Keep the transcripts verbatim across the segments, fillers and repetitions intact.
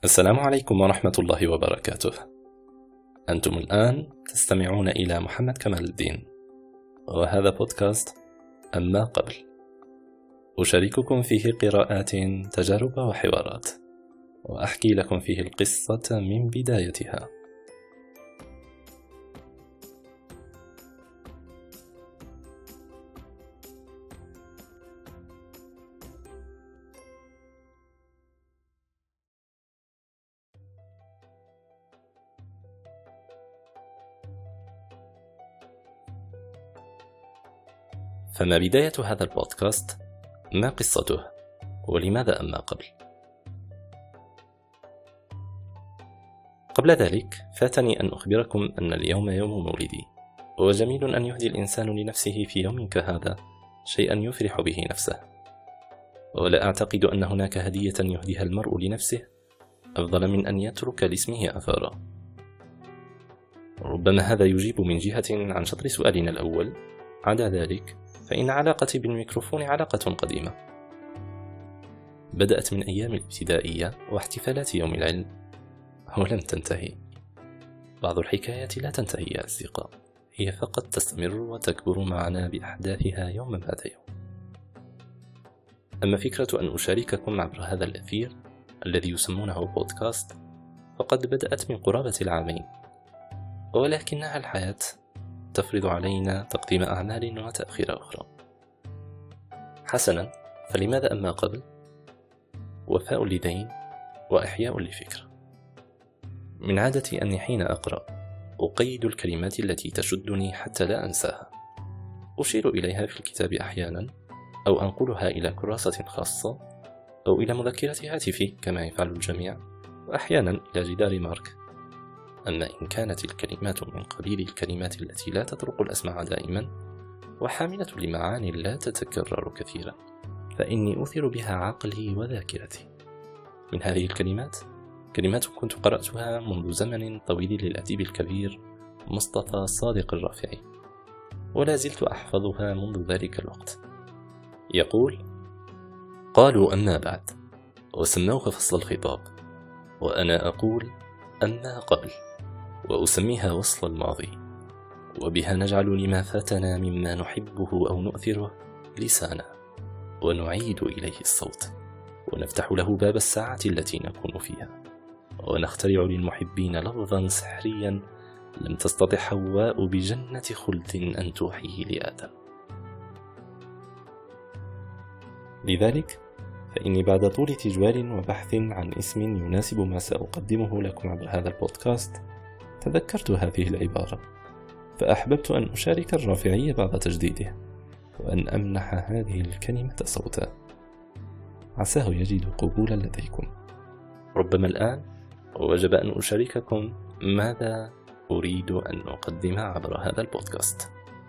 السلام عليكم ورحمة الله وبركاته. أنتم الآن تستمعون إلى محمد كمال الدين، وهذا بودكاست أما قبل. أشارككم فيه قراءات، تجارب وحوارات، وأحكي لكم فيه القصة من بدايتها. فما بداية هذا البودكاست؟ ما قصته؟ ولماذا أما قبل؟ قبل ذلك فاتني أن أخبركم أن اليوم يوم مولدي، وجميل أن يهدي الإنسان لنفسه في يوم كهذا شيئا يفرح به نفسه، ولا أعتقد أن هناك هدية يهديها المرء لنفسه أفضل من أن يترك لاسمه أثارا. ربما هذا يجيب من جهة عن شطر سؤالنا الأول. عدا ذلك فإن علاقتي بالميكروفون علاقة قديمة، بدأت من أيام الابتدائية واحتفالات يوم العلم، ولم تنتهي. بعض الحكايات لا تنتهي يا أصدقاء، هي فقط تستمر وتكبر معنا بأحداثها يوم بعد يوم. أما فكرة أن أشارككم عبر هذا الأثير الذي يسمونه بودكاست فقد بدأت من قرابة العامين، ولكنها الحياة تفرض علينا تقديم أعمال وتأخير أخرى. حسنا، فلماذا أما قبل؟ وفاء لدين وإحياء لفكرة. من عادتي أني حين أقرأ أقيد الكلمات التي تشدني حتى لا أنساها، أشير إليها في الكتاب أحيانا، أو أنقلها إلى كراسة خاصة، أو إلى مذكرة هاتفي كما يفعل الجميع، وأحيانا إلى جدار مارك. أما إن كانت الكلمات من قبيل الكلمات التي لا تطرق الأسماع دائما وحاملة لمعاني لا تتكرر كثيرا، فإني أثير بها عقلي وذاكرتي. من هذه الكلمات كلمات كنت قرأتها منذ زمن طويل للأديب الكبير مصطفى صادق الرافعي، ولا زلت أحفظها منذ ذلك الوقت. يقول: قالوا أما بعد، وسموه فصل الخطاب، وأنا أقول أما قبل، وأسميها وصل الماضي، وبها نجعل لما فاتنا مما نحبه أو نؤثره لسانا، ونعيد إليه الصوت، ونفتح له باب الساعة التي نكون فيها، ونخترع للمحبين لفظا سحريا لم تستطع حواء بجنة خلد أن توحيه لآدم. لذلك فإني بعد طول تجوال وبحث عن اسم يناسب ما سأقدمه لكم عبر هذا البودكاست تذكرت هذه العبارة، فأحببت أن أشارك الرافعي بعد تجديده، وأن أمنح هذه الكلمة صوتا، عساه يجد قبولا لديكم. ربما الآن وجب أن أشارككم ماذا أريد أن أقدم عبر هذا البودكاست.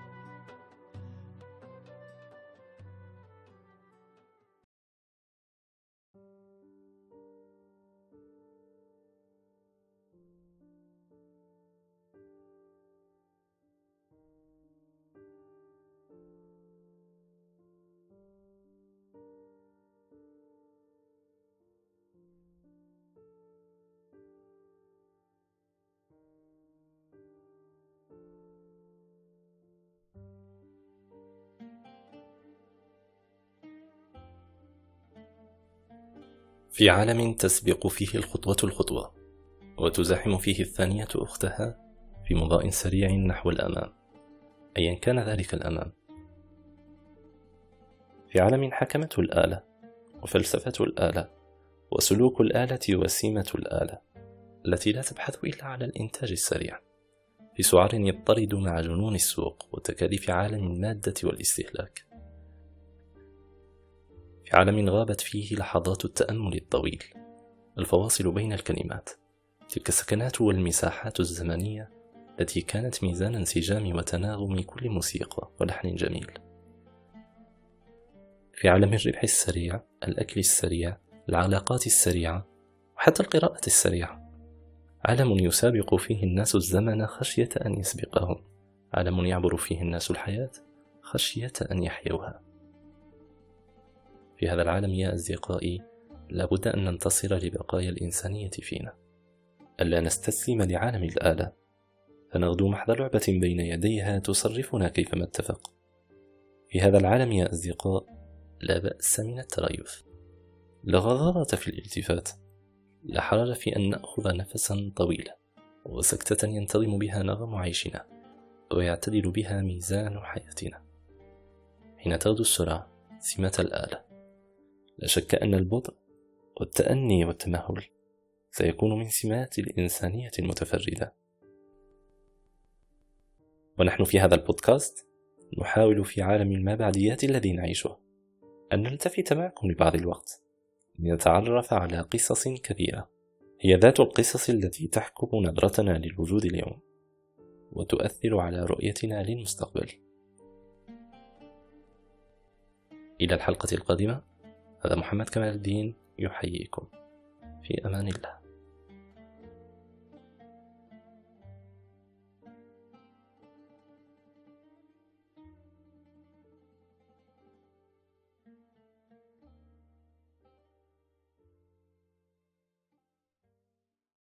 في عالم تسبق فيه الخطوة الخطوة، وتزاحم فيه الثانية أختها في مضاء سريع نحو الأمام، أيا كان ذلك الأمام. في عالم حكمته الآلة، وفلسفة الآلة، وسلوك الآلة، وسيمة الآلة التي لا تبحث إلا على الإنتاج السريع، في سعر يضطرد مع جنون السوق وتكاليف عالم المادة والاستهلاك. في عالم غابت فيه لحظات التأمل الطويل، الفواصل بين الكلمات، تلك السكنات والمساحات الزمنية التي كانت ميزان انسجام وتناغم كل موسيقى ولحن جميل. في عالم الربح السريع، الأكل السريع، العلاقات السريعة، وحتى القراءة السريعة، عالم يسابق فيه الناس الزمن خشية أن يسبقهم، عالم يعبر فيه الناس الحياة خشية أن يحيوها. في هذا العالم يا أصدقائي لابد أن ننتصر لبقايا الإنسانية فينا، ألا نستسلم لعالم الآلة فنغدو محض لعبة بين يديها تصرفنا كيفما اتفق. في هذا العالم يا أصدقاء لا بأس من التريث، لا غضاضة في الالتفات، لا حرج في أن نأخذ نفسا طويلا وسكتة ينتظم بها نغم عيشنا ويعتدل بها ميزان حياتنا. حين تغدو السرعة سمة الآلة، لا شك أن البطء والتأني والتمهل سيكون من سمات الإنسانية المتفردة. ونحن في هذا البودكاست نحاول في عالم المابعديات الذي نعيشه أن نلتفت معكم لبعض الوقت لنتعرف على قصص كثيرة هي ذات القصص التي تحكم نظرتنا للوجود اليوم وتؤثر على رؤيتنا للمستقبل. إلى الحلقة القادمة، هذا محمد كمال الدين يحييكم، في أمان الله.